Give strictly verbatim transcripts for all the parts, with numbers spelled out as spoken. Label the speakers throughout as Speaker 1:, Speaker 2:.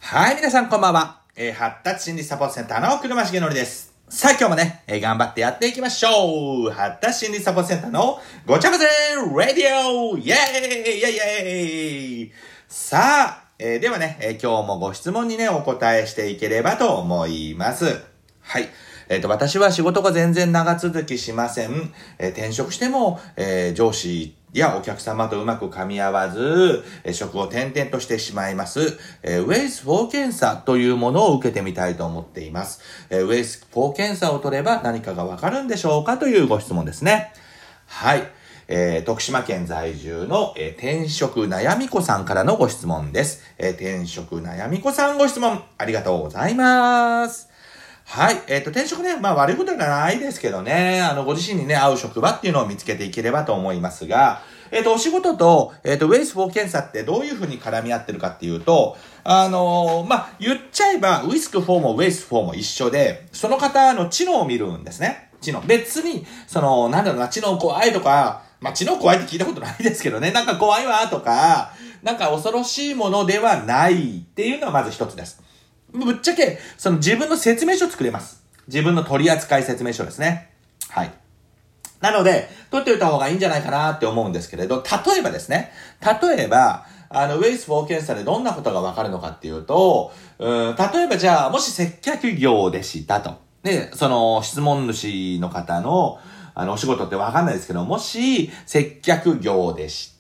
Speaker 1: はい、皆さんこんばんは。えー、発達心理サポートセンターの車重則です。さあ今日もね、えー、頑張ってやっていきましょう。発達心理サポートセンターのごちゃ混ぜラディオイェーイイェイイェイさあ、えー、ではね、えー、今日もご質問にね、お答えしていければと思います。はい。えっと、私は仕事が全然長続きしません。えー、転職しても、えー、上司やお客様とうまく噛み合わず、えー、職を転々としてしまいます。えー、ウェイスフォー検査というものを受けてみたいと思っています。えー、ウェイスフォー検査を取れば何かがわかるんでしょうかというご質問ですね。はい。えー、徳島県在住の、えー、転職悩み子さんからのご質問です。えー、転職悩み子さんご質問ありがとうございます。はい。えっと、転職ね、まあ悪いことじゃないですけどね、あの、ご自身にね、合う職場っていうのを見つけていければと思いますが、えっと、お仕事と、えっと、ウェイスフォー検査ってどういうふうに絡み合ってるかっていうと、あのー、まあ、言っちゃえば、ウィスクフォーもウェイスフォーも一緒で、その方の知能を見るんですね。知能。別に、その、なんだろうな、知能怖いとか、まあ、知能怖いって聞いたことないですけどね、なんか怖いわとか、なんか恐ろしいものではないっていうのはまず一つです。ぶっちゃけ、その自分の説明書作れます。自分の取扱説明書ですね。はい。なので、取っておいた方がいいんじゃないかなって思うんですけれど、例えばですね、例えば、あの、ウェイスフォー検査でどんなことがわかるのかっていうと、うーん、例えばじゃあ、もし接客業でしたと。で、その質問主の方の、あの、お仕事ってわかんないですけど、もし、接客業でした。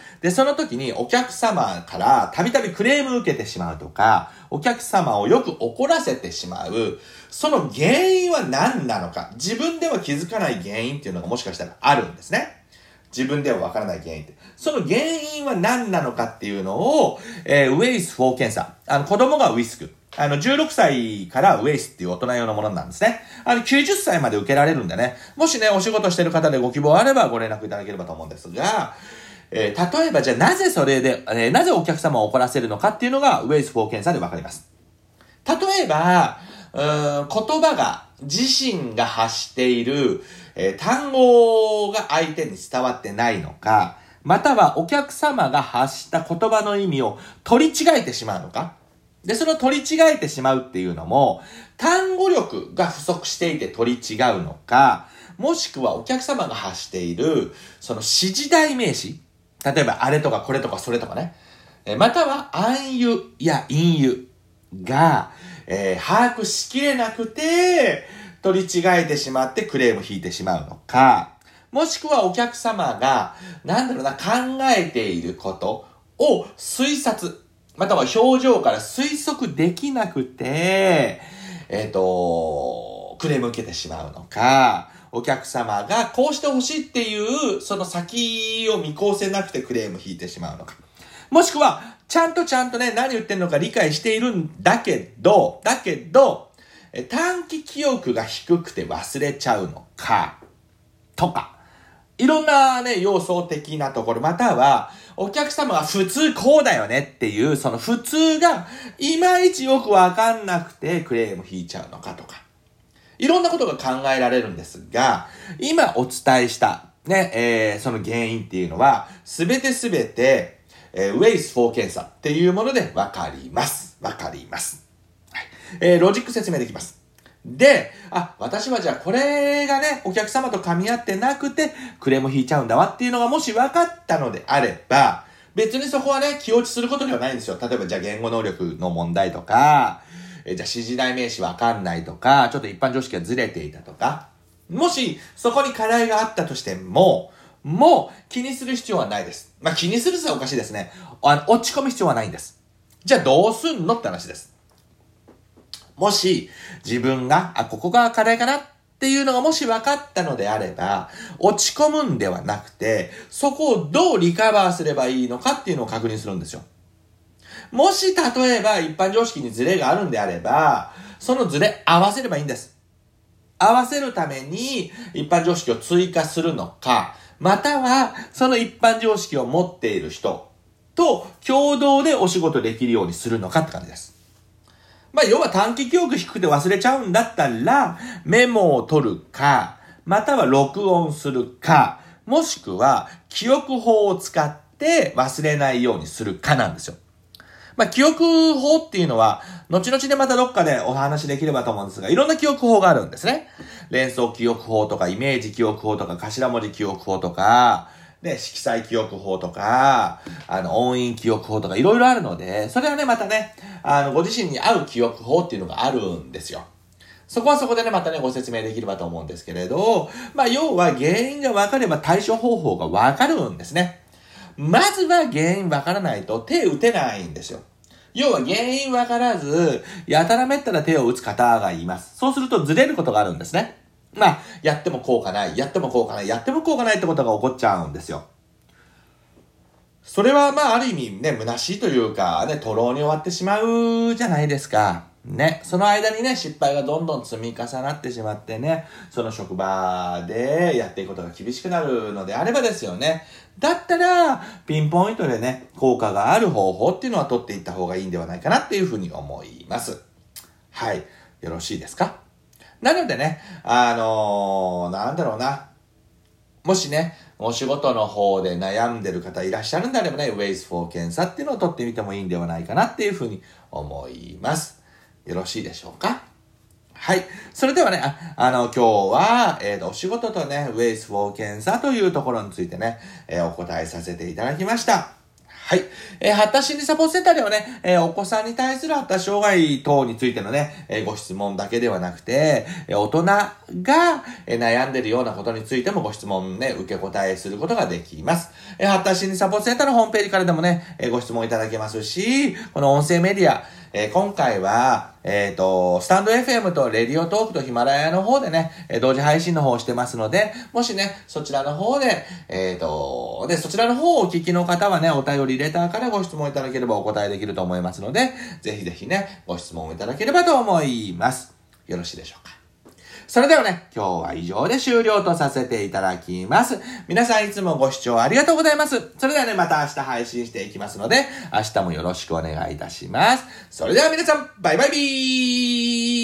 Speaker 1: で、その時にお客様からたびたびクレーム受けてしまうとか、お客様をよく怒らせてしまう、その原因は何なのか、自分では気づかない原因っていうのがもしかしたらあるんですね。自分ではわからない原因って。その原因は何なのかっていうのを、えー、ウェイスフォー検査。あの、子供がウィスク。あの、じゅうろくさいからウェイスっていう大人用のものなんですね。あの、きゅうじゅっさいまで受けられるんでね。もしね、お仕事してる方でご希望あればご連絡いただければと思うんですが、えー、例えばじゃあなぜそれで、えー、なぜお客様を怒らせるのかっていうのがウェイスフォー検査でわかります。例えば、うーん、言葉が、自身が発している、えー、単語が相手に伝わってないのか、またはお客様が発した言葉の意味を取り違えてしまうのか。で、その取り違えてしまうっていうのも、単語力が不足していて取り違うのか、もしくはお客様が発している、その指示代名詞。例えば、あれとかこれとかそれとかね。または、暗喩や隠喩が、えー、把握しきれなくて、取り違えてしまってクレーム引いてしまうのか、もしくはお客様が、なんだろうな、考えていることを推察、または表情から推測できなくて、えっと、クレーム受けてしまうのか、お客様がこうしてほしいっていう、その先を見越せなくてクレーム引いてしまうのか。もしくは、ちゃんとちゃんとね、何言ってんのか理解しているんだけど、だけど、短期記憶が低くて忘れちゃうのか、とか。いろんなね、要素的なところ、または、お客様が普通こうだよねっていう、その普通が、いまいちよくわかんなくてクレーム引いちゃうのかとか。いろんなことが考えられるんですが、今お伝えした、ね、えー、その原因っていうのは、すべてすべて、えー、ウェイスフォー検査っていうものでわかります。わかります。はい。えー、ロジック説明できます。で、あ、私はじゃあこれがね、お客様と噛み合ってなくて、クレーム引いちゃうんだわっていうのがもし分かったのであれば、別にそこはね、気落ちすることではないんですよ。例えばじゃあ言語能力の問題とか、えー、じゃあ指示代名詞分かんないとか、ちょっと一般常識がずれていたとか、もしそこに課題があったとしても、もう気にする必要はないです。まあ、気にするさはおかしいですね。あ落ち込む必要はないんです。じゃあどうすんのって話です。もし自分が、あ、ここが課題かなっていうのがもし分かったのであれば、落ち込むんではなくて、そこをどうリカバーすればいいのかっていうのを確認するんですよ。もし例えば一般常識にズレがあるんであれば、そのズレ合わせればいいんです。合わせるために一般常識を追加するのか、または、その一般常識を持っている人と共同でお仕事できるようにするのかって感じです。まあ、要は短期記憶低くて忘れちゃうんだったら、メモを取るか、または録音するか、もしくは記憶法を使って忘れないようにするかなんですよ。 まあ、記憶法っていうのは、後々でまたどっかでお話できればと思うんですが、いろんな記憶法があるんですね。連想記憶法とか、イメージ記憶法とか、頭文字記憶法とか、で、色彩記憶法とか、あの、音韻記憶法とか、いろいろあるので、それはね、またね、あの、ご自身に合う記憶法っていうのがあるんですよ。そこはそこでね、またね、ご説明できればと思うんですけれど、まあ、要は原因が分かれば対処方法が分かるんですね。まずは原因分からないと手打てないんですよ。要は原因分からず、やたらめったら手を打つ方がいます。そうするとずれることがあるんですね。まあ、やっても効果ない、やっても効果ない、やっても効果ないってことが起こっちゃうんですよ。それはまあ、ある意味ね、虚しいというか、ね、徒労に終わってしまうじゃないですか。ね、その間にね、失敗がどんどん積み重なってしまってね、その職場でやっていくことが厳しくなるのであればですよね。だったら、ピンポイントでね、効果がある方法っていうのは取っていった方がいいんではないかなっていうふうに思います。はい。よろしいですか？なのでね、あのー、なんだろうな。もしね、お仕事の方で悩んでる方いらっしゃるんであればね、ウェイスフォー検査っていうのを取ってみてもいいんではないかなっていうふうに思います。よろしいでしょうか？はい。それではね、あ、あの、今日は、えっと、お仕事とね、ウェイスフォー検査というところについてね、えー、お答えさせていただきました。はい。えー、発達心理サポートセンターではね、えー、お子さんに対する発達障害等についてのね、えー、ご質問だけではなくて、えー、大人が、えー、悩んでいるようなことについてもご質問ね、受け答えすることができます。えー、発達心理サポートセンターのホームページからでもね、えー、ご質問いただけますし、この音声メディア、えー、今回は、えっと、スタンド エフエム とレディオトークとヒマラヤの方でね、えー、同時配信の方をしてますので、もしね、そちらの方で、えっと、で、そちらの方をお聞きの方はね、お便りレターからご質問いただければお答えできると思いますので、ぜひぜひね、ご質問いただければと思います。よろしいでしょうか。それではね、今日は以上で終了とさせていただきます。皆さんいつもご視聴ありがとうございます。それではね、また明日配信していきますので、明日もよろしくお願いいたします。それでは皆さん、バイバイビー